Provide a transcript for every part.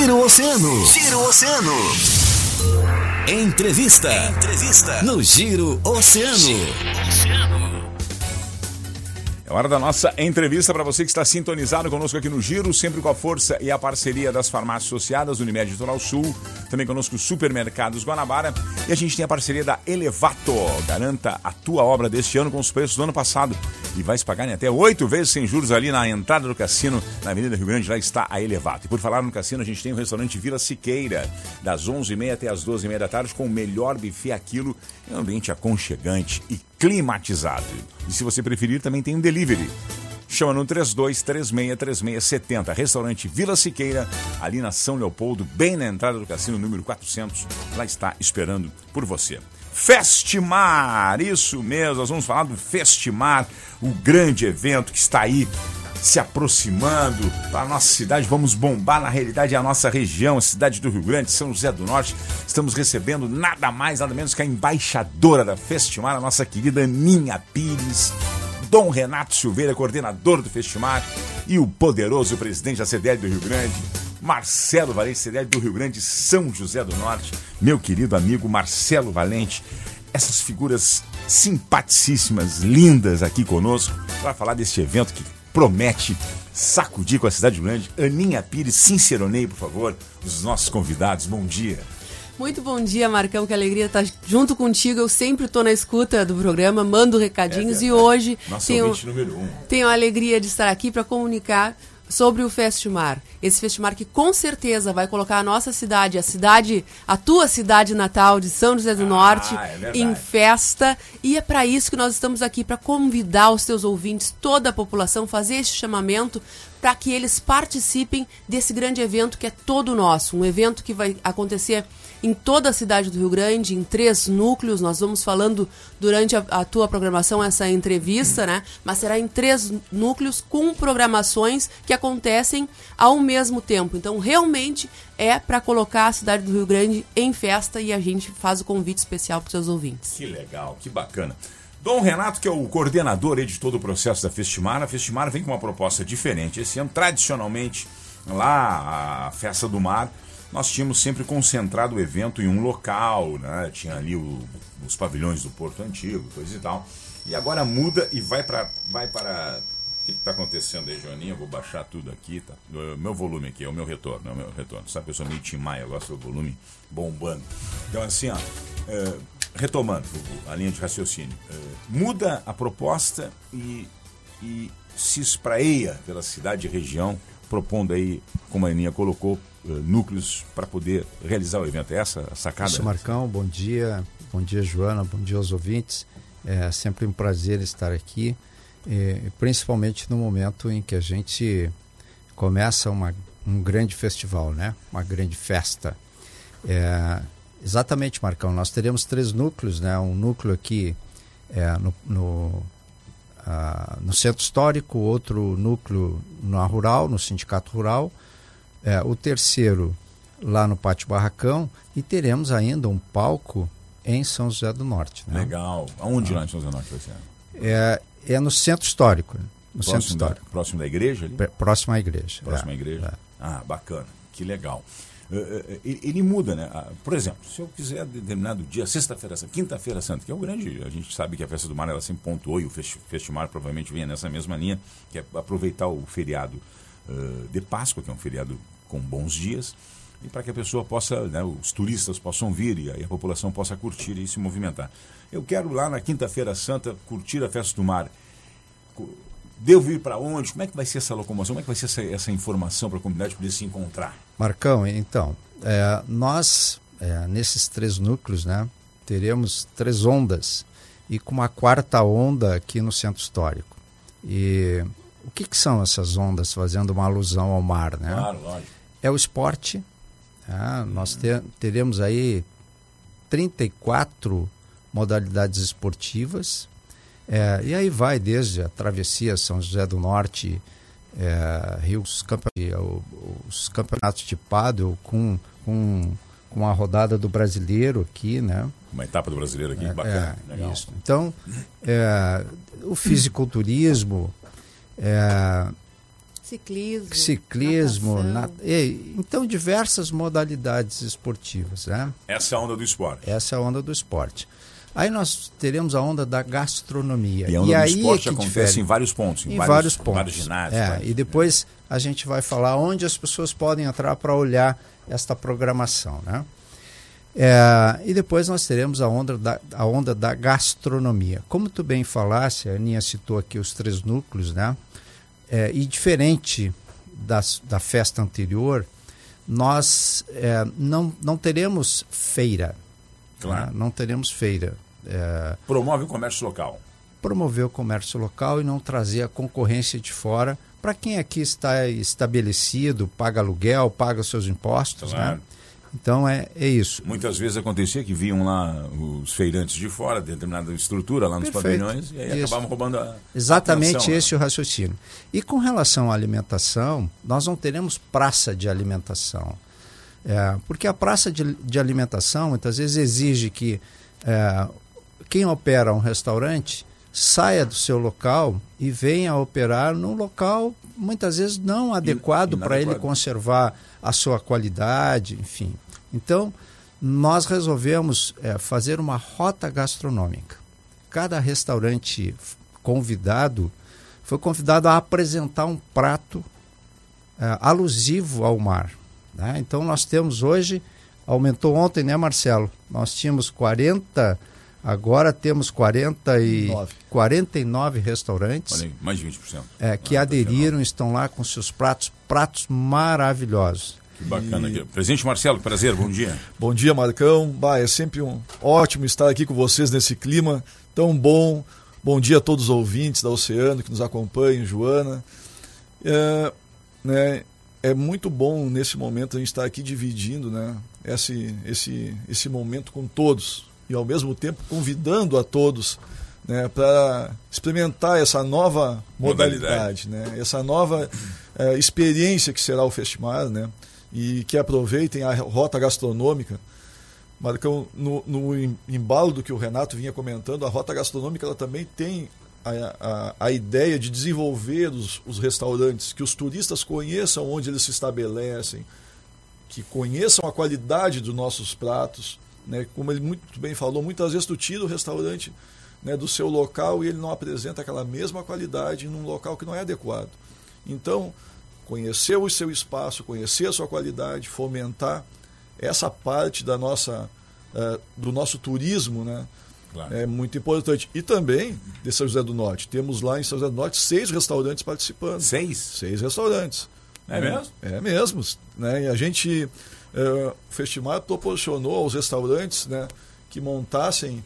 Giro Oceano. Giro Oceano. Entrevista no Giro Oceano. É hora da nossa entrevista para você que está sintonizado conosco aqui no Giro, sempre com a força e a parceria das farmácias associadas, Unimed Litoral Sul, também conosco Supermercados Guanabara, e a gente tem a parceria da Elevato. Garanta a tua obra deste ano com os preços do ano passado e vai se pagar em até 8 vezes sem juros ali na entrada do cassino, na Avenida Rio Grande, lá está a Elevato. E por falar no cassino, a gente tem o restaurante Vila Siqueira, das 11h30 até as 12h30 da tarde, com o melhor buffet a quilo, em um ambiente aconchegante e climatizado. E se você preferir, também tem um delivery. Chama no 32363670. Restaurante Vila Siqueira, ali na São Leopoldo, bem na entrada do cassino, número 400. Lá está esperando por você. Festimar, isso mesmo, nós vamos falar do Festimar, o grande evento que está aí se aproximando para a nossa cidade. Vamos bombar, na realidade, a nossa região, a cidade do Rio Grande, São José do Norte. Estamos recebendo nada mais, nada menos que a embaixadora da Festimar, a nossa querida Aninha Pires, Dom Renato Silveira, coordenador do Festimar, e o poderoso presidente da CDL do Rio Grande, Marcelo Valente, CDL do Rio Grande, São José do Norte, meu querido amigo Marcelo Valente. Essas figuras simpaticíssimas, lindas aqui conosco, para falar deste evento que promete sacudir com a cidade grande. Aninha Pires, sinceroneie, por favor, os nossos convidados. Bom dia. Muito bom dia, Marcão, que alegria estar junto contigo. Eu sempre estou na escuta do programa, mando recadinhos e hoje tenho a alegria de estar aqui para comunicar sobre o Festimar. Esse Festimar que com certeza vai colocar a nossa cidade, a tua cidade natal de São José do Norte, em festa. E é para isso que nós estamos aqui, para convidar os teus ouvintes, toda a população, fazer este chamamento para que eles participem desse grande evento que é todo nosso. Um evento que vai acontecer em toda a cidade do Rio Grande, em 3 núcleos. Nós vamos falando durante a tua programação, essa entrevista, né? Mas será em 3 núcleos com programações que acontecem ao mesmo tempo. Então, realmente é para colocar a cidade do Rio Grande em festa, e a gente faz o convite especial para os seus ouvintes. Que legal, que bacana. Dom Renato, que é o coordenador aí de todo o processo da Festimar, a Festimar vem com uma proposta diferente. Esse ano, tradicionalmente, lá, a Festa do Mar, nós tínhamos sempre concentrado o evento em um local, né? Tinha ali os pavilhões do Porto Antigo, coisa e tal. E agora muda e vai para... O que está acontecendo aí, Joaninha? Eu vou baixar tudo aqui, tá? Meu volume aqui, é o meu retorno, Sabe que eu sou meio Tim Maia, eu gosto do volume bombando. Então, assim, ó, retomando a linha de raciocínio, muda a proposta e se espraia pela cidade e região, propondo aí, como a Aninha colocou, núcleos para poder realizar o evento. É essa a sacada? Isso, Marcão, bom dia, Joana, bom dia aos ouvintes. É sempre um prazer estar aqui, principalmente no momento em que a gente começa um grande festival, né? Uma grande festa. Exatamente, Marcão, nós teremos 3 núcleos, né? Um núcleo aqui no Centro Histórico, outro núcleo na Rural, no Sindicato Rural, o terceiro lá no Pátio Barracão, e teremos ainda um palco em São José do Norte. Né? Legal. Aonde lá em São José do Norte vai ser? É no Centro Histórico. No Centro Histórico. Próximo da igreja ali? Próximo à igreja. Próximo à igreja? Ah, bacana. Que legal. Ele muda, né? Por exemplo, se eu quiser determinado dia, sexta-feira santa, quinta-feira santa, que é o grande, a gente sabe que a Festa do Mar, ela sempre pontuou, e o Festimar provavelmente vem nessa mesma linha, que é aproveitar o feriado de Páscoa, que é um feriado com bons dias, e para que a pessoa possa, né, os turistas possam vir e a população possa curtir e se movimentar. Eu quero lá na quinta-feira santa curtir a Festa do Mar. Devo ir para onde? Como é que vai ser essa locomoção? Como é que vai ser essa informação para a comunidade poder se encontrar? Marcão, então, nós, nesses 3 núcleos, né, teremos 3 ondas, e com uma 4ª onda aqui no Centro Histórico. E o que são essas ondas, fazendo uma alusão ao mar, né? Claro, lógico. É o esporte. Nós teremos aí 34 modalidades esportivas, e aí vai desde a travessia São José do Norte, os campeonatos de pádel com a rodada do Brasileiro aqui, né? Uma etapa do Brasileiro aqui, bacana, legal. Isso. Então, o fisiculturismo, Ciclismo, então diversas modalidades esportivas, né? Essa é a onda do esporte. Essa é a onda do esporte. Aí nós teremos a onda da gastronomia. E a onda do esporte acontece em vários pontos. Em vários pontos. Vários ginásios. E depois a gente vai falar onde as pessoas podem entrar para olhar esta programação, né? E depois nós teremos a onda da gastronomia. Como tu bem falaste, a Aninha citou aqui os 3 núcleos, né? E diferente da festa anterior, nós não teremos feira. Claro. Né? Não teremos feira. Promove o comércio local. Promover o comércio local e não trazer a concorrência de fora para quem aqui está estabelecido, paga aluguel, paga seus impostos, claro. Né? Então é isso. Muitas vezes acontecia que vinham lá os feirantes de fora, de determinada estrutura lá nos pavilhões, e aí acabavam roubando a Exatamente atenção, esse é o raciocínio. E com relação à alimentação, nós não teremos praça de alimentação. Porque a praça de alimentação muitas vezes exige que quem opera um restaurante saia do seu local e venha operar num local muitas vezes não adequado para ele conservar a sua qualidade, enfim. Então, nós resolvemos fazer uma rota gastronômica. Cada restaurante foi convidado a apresentar um prato alusivo ao mar. Né? Então, nós temos hoje, aumentou ontem, né, Marcelo? Nós tínhamos 40, agora temos 49 restaurantes. Olha aí, mais de 20%. Que aderiram, estão lá com seus pratos maravilhosos. Que bacana aqui. Presidente Marcelo, prazer, bom dia. Bom dia, Marcão. É sempre ótimo estar aqui com vocês nesse clima tão bom. Bom dia a todos os ouvintes da Oceano que nos acompanham, Joana. É muito bom nesse momento a gente estar aqui dividindo, né, esse momento com todos e ao mesmo tempo convidando a todos, né, para experimentar essa nova modalidade, né, essa nova experiência que será o Festimar, né, e que aproveitem a rota gastronômica. Marcão, no embalo do que o Renato vinha comentando, a rota gastronômica ela também tem a ideia de desenvolver os restaurantes, que os turistas conheçam onde eles se estabelecem, que conheçam a qualidade dos nossos pratos, né? Como ele muito bem falou, muitas vezes tu tira o restaurante, né, do seu local e ele não apresenta aquela mesma qualidade num local que não é adequado. Então, conhecer o seu espaço, conhecer a sua qualidade, fomentar essa parte do nosso turismo, né? Claro. É muito importante. E também de São José do Norte. Temos lá em São José do Norte 6 restaurantes participando. 6 restaurantes. É mesmo? É mesmo. Né? E a gente, o Festimar proporcionou aos restaurantes, né, que montassem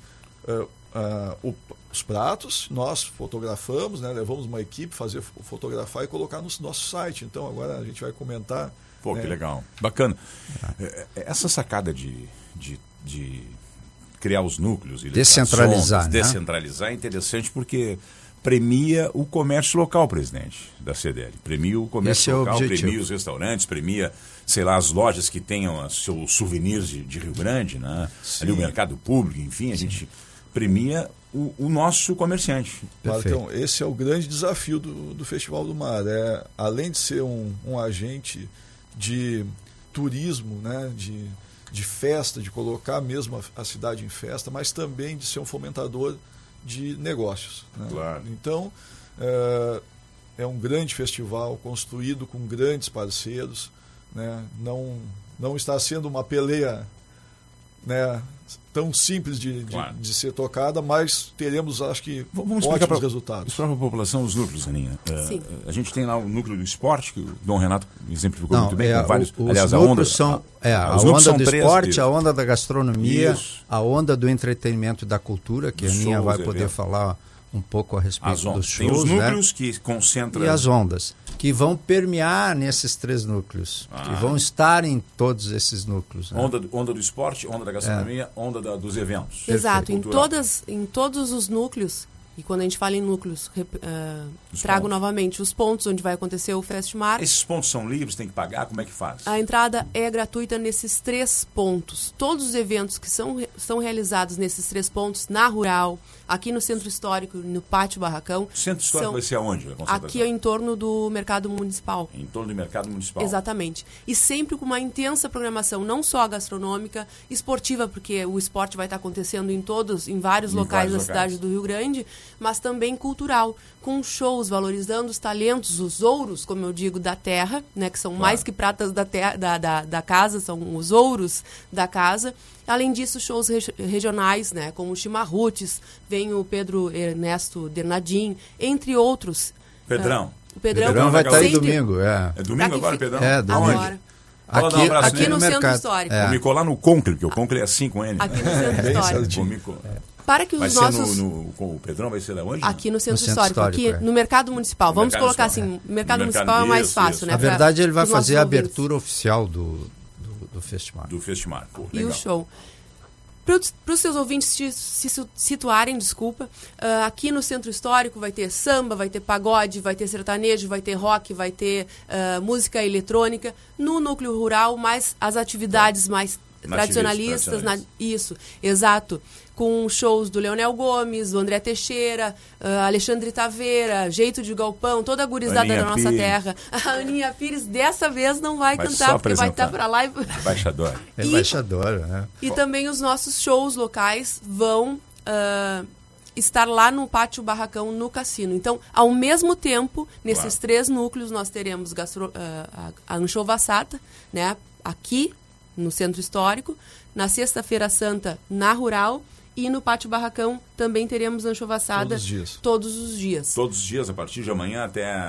os pratos. Nós fotografamos, né, levamos uma equipe fotografar e colocar no nosso site. Então agora a gente vai comentar. Pô, que legal. Bacana. Essa sacada de criar os núcleos e descentralizar, né? É interessante porque premia o comércio local, presidente da CDL. Premia o comércio local, premia os restaurantes, premia, sei lá, as lojas que tenham seus souvenirs de Rio Grande, né? Ali o mercado público, enfim, a gente premia o nosso comerciante. Então, esse é o grande desafio do Festival do Mar. Além de ser um agente de turismo, né, de festa, de colocar mesmo a cidade em festa, mas também de ser um fomentador de negócios. Né? Claro. Então, é um grande festival construído com grandes parceiros. Né? Não está sendo uma peleia, né, tão simples de ser tocada, mas teremos, acho que, ótimos resultados. Explicar para a população os núcleos, Aninha. A gente tem lá o núcleo do esporte, que o Dom Renato exemplificou muito bem. Com vários, aliás, a onda são a onda do esporte, a onda da gastronomia, a onda do entretenimento e da cultura, que a Aninha vai poder falar um pouco a respeito dos shows. Tem os núcleos, né, que concentram... E as ondas, que vão permear nesses 3 núcleos, que vão estar em todos esses núcleos. Né? Onda do esporte, onda da gastronomia, onda dos eventos. Exato, em todos os núcleos E quando a gente fala em núcleos, trago novamente os pontos onde vai acontecer o Festmar. Esses pontos são livres, tem que pagar, como é que faz? A entrada é gratuita nesses 3 pontos. Todos os eventos que são realizados nesses 3 pontos, na Rural, aqui no Centro Histórico, no Pátio Barracão. O Centro Histórico vai ser aonde? Aqui em torno do Mercado Municipal. Em torno do Mercado Municipal. Exatamente. E sempre com uma intensa programação, não só gastronômica, esportiva, porque o esporte vai estar acontecendo em vários locais da cidade do Rio Grande, mas também cultural, com shows valorizando os talentos, os ouros, como eu digo, da terra, né, que são mais que pratas da casa, são os ouros da casa. Além disso, shows regionais, né, como o Chimarrutes, vem o Pedro Ernesto Dernadim, entre outros. Pedrão. O Pedrão vai estar aí domingo. É domingo agora, Pedrão? É, domingo. Aqui no Centro Histórico. Vou me colar no Concle, porque o Concle é assim com ele. Aqui no Centro Histórico. Para que os nossos... O Pedrão vai ser onde? Aqui no Centro Histórico, aqui no Mercado Municipal. Vamos colocar assim, Mercado Municipal é mais fácil, né? Na verdade, ele vai fazer a abertura oficial do Festmar. Do Festmar, pô, legal. E o show. Para os seus ouvintes se situarem, aqui no Centro Histórico vai ter samba, vai ter pagode, vai ter sertanejo, vai ter rock, vai ter música eletrônica. No núcleo rural, mais as atividades mais tradicionalistas. Isso, exato. Com shows do Leonel Gomes, do André Teixeira, Alexandre Taveira, Jeito de Galpão, toda a gurizada Aninha da nossa terra. A Aninha Pires dessa vez não vai cantar, porque vai estar para lá. Embaixadora. Embaixadora, né? E também os nossos shows locais vão estar lá no Pátio Barracão, no Cassino. Então, ao mesmo tempo, nesses 3 núcleos, nós teremos a Anchovassata, né? Aqui no Centro Histórico, na Sexta-feira Santa, na Rural, e no Pátio Barracão também teremos anchovassada todos os dias. Todos os dias, a partir de amanhã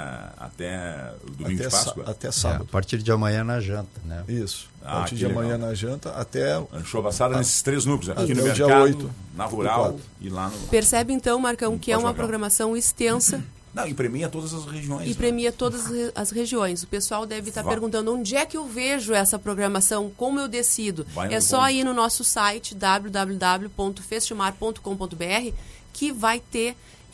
até o domingo de Páscoa? Até sábado. A partir de amanhã na janta, né? Isso. A partir de amanhã na janta até... Anchovassada nesses 3 núcleos, aqui no Mercado, dia 8, na Rural e lá no... Percebe então, Marcão, que é uma programação extensa. Não, e premia todas as regiões. E premia todas as regiões. O pessoal deve estar perguntando onde é que eu vejo essa programação, como eu decido. É só ir no nosso site www.festmar.com.br que vai ter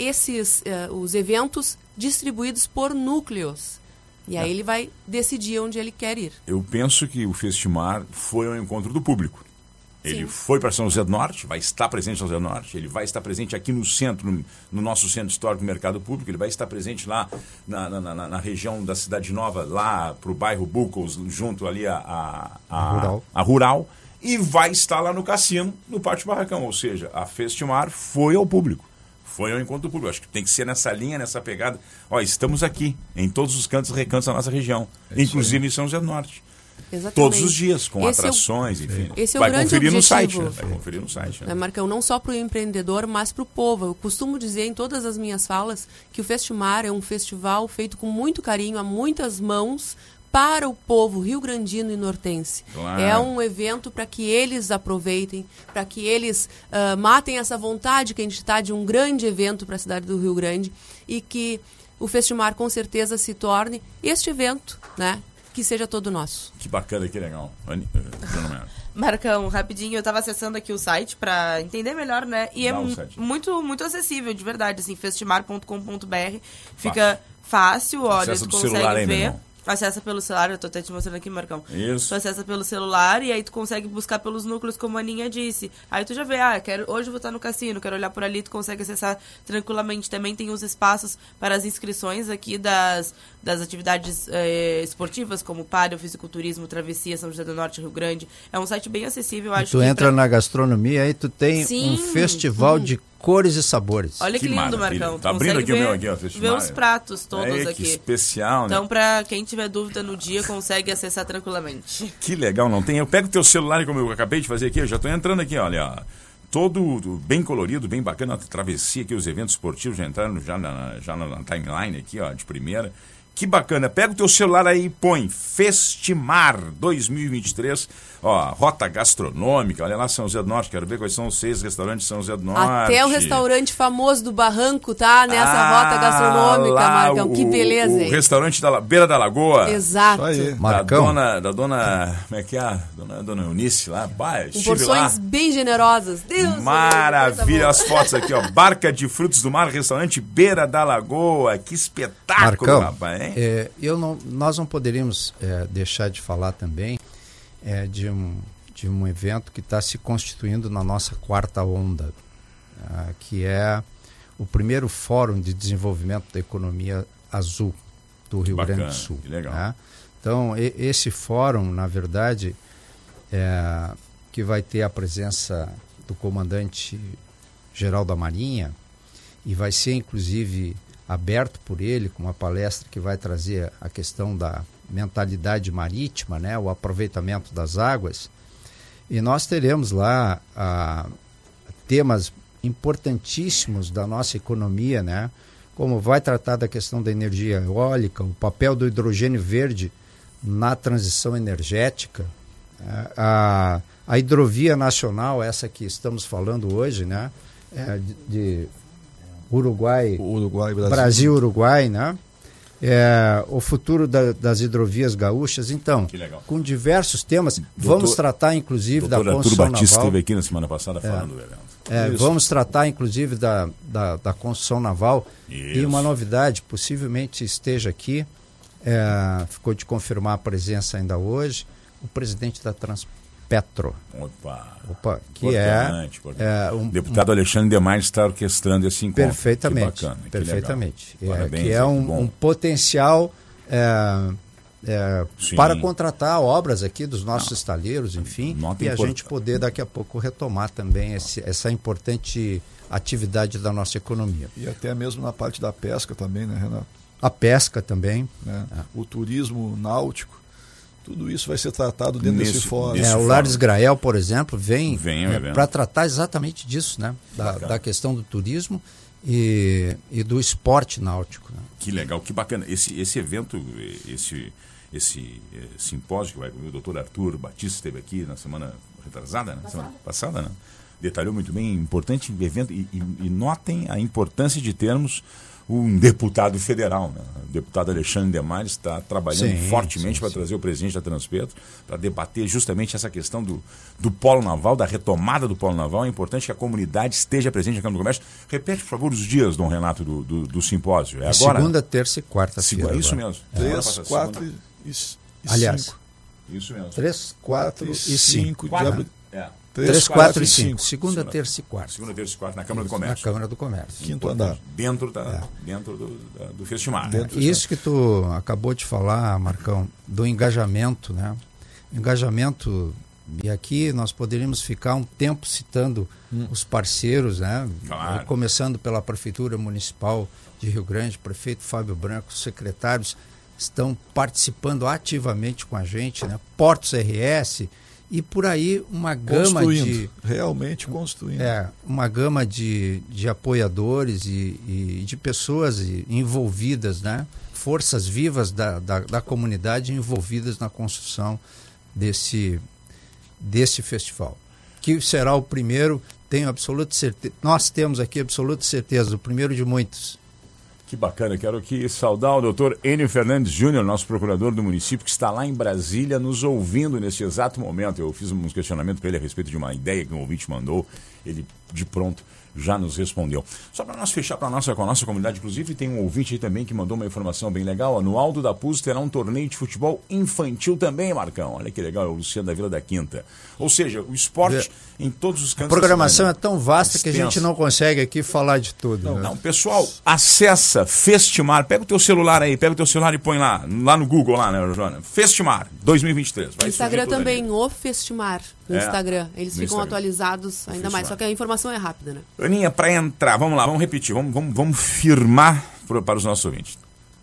os eventos distribuídos por núcleos. E aí ele vai decidir onde ele quer ir. Eu penso que o Festmar foi ao encontro do público. Ele foi para São José do Norte, vai estar presente em São José do Norte, ele vai estar presente aqui no centro, no nosso Centro Histórico do Mercado Público, ele vai estar presente lá na região da Cidade Nova, lá para o bairro Bucos, junto ali a Rural, e vai estar lá no Cassino, no Pátio Barracão, ou seja, a Festmar foi ao público. Foi ao encontro do público. Acho que tem que ser nessa linha, nessa pegada. Estamos aqui, em todos os cantos e recantos da nossa região, inclusive em São José do Norte. Exatamente. Todos os dias, com atrações, enfim. Esse é o grande objetivo. Vai conferir no site. Né? Marcão, não só para o empreendedor, mas para o povo. Eu costumo dizer em todas as minhas falas que o Festmar é um festival feito com muito carinho, a muitas mãos, para o povo rio-grandino e nortense. Claro. É um evento para que eles aproveitem, para que eles matem essa vontade que a gente está de um grande evento para a cidade do Rio Grande e que o Festmar com certeza se torne este evento, né? Que seja todo nosso. Que bacana, que legal. Marcão, rapidinho, eu estava acessando aqui o site para entender melhor, né? E é muito, muito acessível, de verdade, assim, festmar.com.br. Fica fácil, olha, Acessa tu consegue ver. Acessa pelo celular, eu tô até te mostrando aqui, Marcão. Isso. Tu acessa pelo celular e aí tu consegue buscar pelos núcleos, como a Aninha disse. Aí tu já vê, hoje eu vou estar no cassino, quero olhar por ali, tu consegue acessar tranquilamente. Também tem os espaços para as inscrições aqui das atividades esportivas, como pádel, fisiculturismo, travessia, São José do Norte, Rio Grande. É um site bem acessível, acho. Tu entra na gastronomia e tu tem um festival de cores e sabores. Olha que lindo, Marcão. Tá abrindo aqui o meu aqui, ó. Ver os pratos todos aqui. Que especial, né? Então, pra quem tiver dúvida no dia, consegue acessar tranquilamente. Que legal, não tem? Eu pego o teu celular, como eu acabei de fazer aqui, eu já tô entrando aqui, olha, todo bem colorido, bem bacana, a travessia aqui, os eventos esportivos já entraram já na timeline aqui, ó, de primeira. Que bacana. Pega o teu celular aí e põe Festimar 2023. Ó, rota gastronômica. Olha lá, São José do Norte. Quero ver quais são os 6 restaurantes de São José do Norte. Até o restaurante famoso do Barranco tá nessa rota gastronômica, Marcão. Que beleza, hein? O restaurante da Beira da Lagoa. Exato. Marcão. Da dona... Como é que é? Dona Eunice lá. Com porções bem generosas. Deus, maravilha. As fotos aqui, ó. Barca de Frutos do Mar, restaurante Beira da Lagoa. Que espetáculo, Marcão, rapaz, hein? Nós não poderíamos deixar de falar também de um evento que está se constituindo na nossa quarta onda, que é o primeiro Fórum de Desenvolvimento da Economia Azul do Rio Grande do Sul. Que legal. Então, esse fórum, na verdade, que vai ter a presença do comandante-geral da Marinha e vai ser, inclusive, aberto por ele, com uma palestra que vai trazer a questão da mentalidade marítima, né, o aproveitamento das águas. E nós teremos lá temas importantíssimos da nossa economia, né, como vai tratar da questão da energia eólica, o papel do hidrogênio verde na transição energética, a hidrovia nacional, essa que estamos falando hoje, né, de Uruguai, Brasil-Uruguai, né? O futuro das hidrovias gaúchas. Então, com diversos temas, vamos tratar inclusive da construção naval. Batista esteve aqui na semana passada falando do evento. Vamos tratar inclusive da construção naval. Isso. E uma novidade, possivelmente esteja aqui, ficou de confirmar a presença ainda hoje, o presidente da Transpetro. Opa, que importante. O deputado Alexandre Demais está orquestrando esse encontro. Perfeitamente. Que bacana, perfeitamente. Parabéns, que é um potencial para contratar obras aqui dos nossos estaleiros, enfim, e a gente poder daqui a pouco retomar também essa importante atividade da nossa economia. E até mesmo na parte da pesca também, né, Renato? A pesca também. Né? O turismo náutico. Tudo isso vai ser tratado dentro desse fórum. O Lares Grael, por exemplo, vem para para tratar exatamente disso, né? Da questão do turismo e do esporte náutico. Né? Que legal, que bacana. Esse evento, esse simpósio, o doutor Arthur Batista esteve aqui na semana retrasada, né? Semana passada, né? Detalhou muito bem, importante evento, e notem a importância de termos um deputado federal, né? O deputado Alexandre Demais está trabalhando fortemente para trazer o presidente da Transpetro para debater justamente essa questão do polo naval, da retomada do polo naval. É importante que a comunidade esteja presente na Câmara do Comércio. Repete, por favor, os dias, Dom Renato, do simpósio. É agora? Segunda, terça e quarta-feira. Isso mesmo. 3, 4 e 5. Aliás, isso mesmo. 3, 4 e 5 de abril. 3, 4 e 5. Segunda, terça e quarta. Segunda, terça e quarta, na Câmara do Comércio. Na Câmara do Comércio. Quinto andar. Dentro do Festimar. Isso que tu acabou de falar, Marcão, do engajamento, né? Engajamento, e aqui nós poderíamos ficar um tempo citando os parceiros, né? Claro. Começando pela Prefeitura Municipal de Rio Grande, prefeito Fábio Branco, os secretários estão participando ativamente com a gente, né? Portos RS, e por aí uma gama realmente construindo. Uma gama de apoiadores e de pessoas envolvidas, né? Forças vivas da comunidade envolvidas na construção desse festival, que será o primeiro, tenho absoluta certeza, nós temos aqui absoluta certeza, o primeiro de muitos. Que bacana, quero aqui saudar o doutor Enio Fernandes Júnior, nosso procurador do município, que está lá em Brasília nos ouvindo nesse exato momento. Eu fiz um questionamento para ele a respeito de uma ideia que um ouvinte mandou, ele de pronto já nos respondeu. Só para nós fechar com a nossa comunidade, inclusive tem um ouvinte aí também que mandou uma informação bem legal. No Alto da Puz terá um torneio de futebol infantil também, Marcão. Olha que legal, é o Luciano da Vila da Quinta. Ou seja, o esporte em todos os cantos. A programação é tão vasta que a gente não consegue aqui falar de tudo. Não, pessoal, acessa Festimar, pega o teu celular aí, e põe lá no Google, lá, né, Joana? Festimar 2023. Vai Instagram também, o Festimar. No Instagram. Eles ficam Instagram. Atualizados ainda mais, só que a informação é rápida, né? Aninha, para entrar, vamos lá, vamos repetir, vamos firmar para os nossos ouvintes.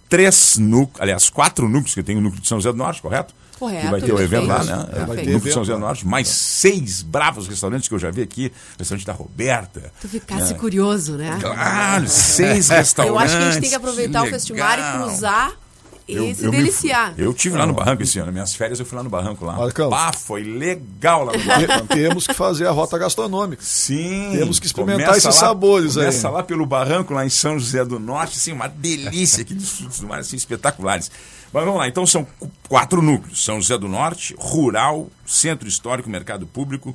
4 núcleos, que tem o núcleo de São José do Norte, correto? Correto. Que vai ter o evento lá, né? Vai ter núcleo de São José do Norte, mais 6 bravos restaurantes que eu já vi aqui. Restaurante da Roberta. Tu ficasse curioso, né? Claro, 6 restaurantes. Eu acho que a gente tem que aproveitar o Festimar e cruzar e se deliciar. Eu tive lá no Barranco esse ano, minhas férias eu fui lá no Barranco lá. Marcão, foi legal lá no Barranco. Temos que fazer a rota gastronômica. Sim. Temos que experimentar esses sabores aí. Começa lá pelo Barranco, lá em São José do Norte, assim, uma delícia, aqueles frutos do mar, assim, espetaculares. Mas vamos lá, então são 4 núcleos: São José do Norte, Rural, Centro Histórico, Mercado Público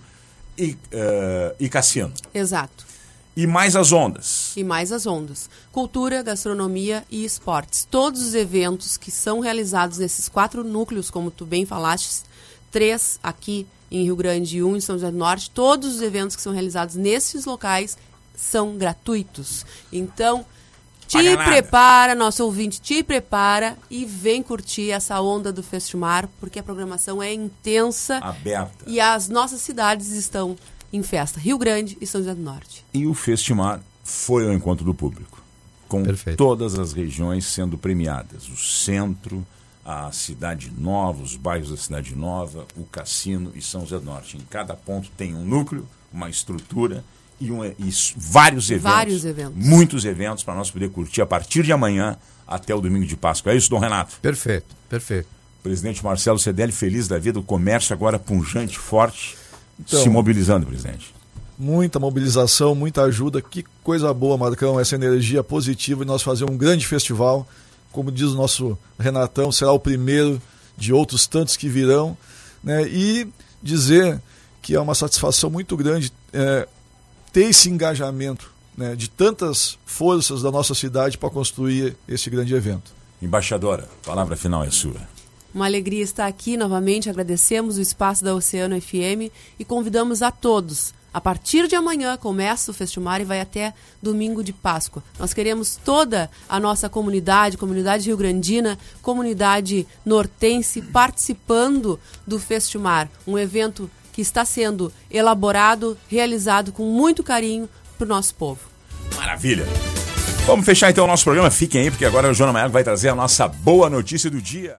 e Cassino. Exato. E mais as ondas. E mais as ondas. Cultura, gastronomia e esportes. Todos os eventos que são realizados nesses 4 núcleos, como tu bem falaste, 3 aqui em Rio Grande e 1 em São José do Norte, todos os eventos que são realizados nesses locais são gratuitos. Então, prepara, nosso ouvinte, te prepara e vem curtir essa onda do Festimar, porque a programação é intensa. Aberta. E as nossas cidades estão em festa, Rio Grande e São José do Norte. E o Festimar foi ao encontro do público, com todas as regiões sendo premiadas. O centro, a Cidade Nova, os bairros da Cidade Nova, o Cassino e São José do Norte. Em cada ponto tem um núcleo, uma estrutura e vários eventos. Muitos eventos para nós poder curtir a partir de amanhã até o domingo de Páscoa. É isso, Dom Renato? Perfeito, perfeito. Presidente Marcelo Cedelli, feliz da vida, o comércio agora punjante, forte. Então, se mobilizando, presidente. Muita mobilização, muita ajuda. Que coisa boa, Marcão, essa energia positiva e nós fazer um grande festival. Como diz o nosso Renatão, será o primeiro de outros tantos que virão. Né? E dizer que é uma satisfação muito grande ter esse engajamento, né, de tantas forças da nossa cidade para construir esse grande evento. Embaixadora, a palavra final é sua. Uma alegria estar aqui novamente, agradecemos o espaço da Oceano FM e convidamos a todos. A partir de amanhã começa o Festimar e vai até domingo de Páscoa. Nós queremos toda a nossa comunidade rio-grandina, comunidade nortense, participando do Festimar. Um evento que está sendo elaborado, realizado com muito carinho para o nosso povo. Maravilha! Vamos fechar então o nosso programa. Fiquem aí, porque agora o Joana Maiago vai trazer a nossa boa notícia do dia.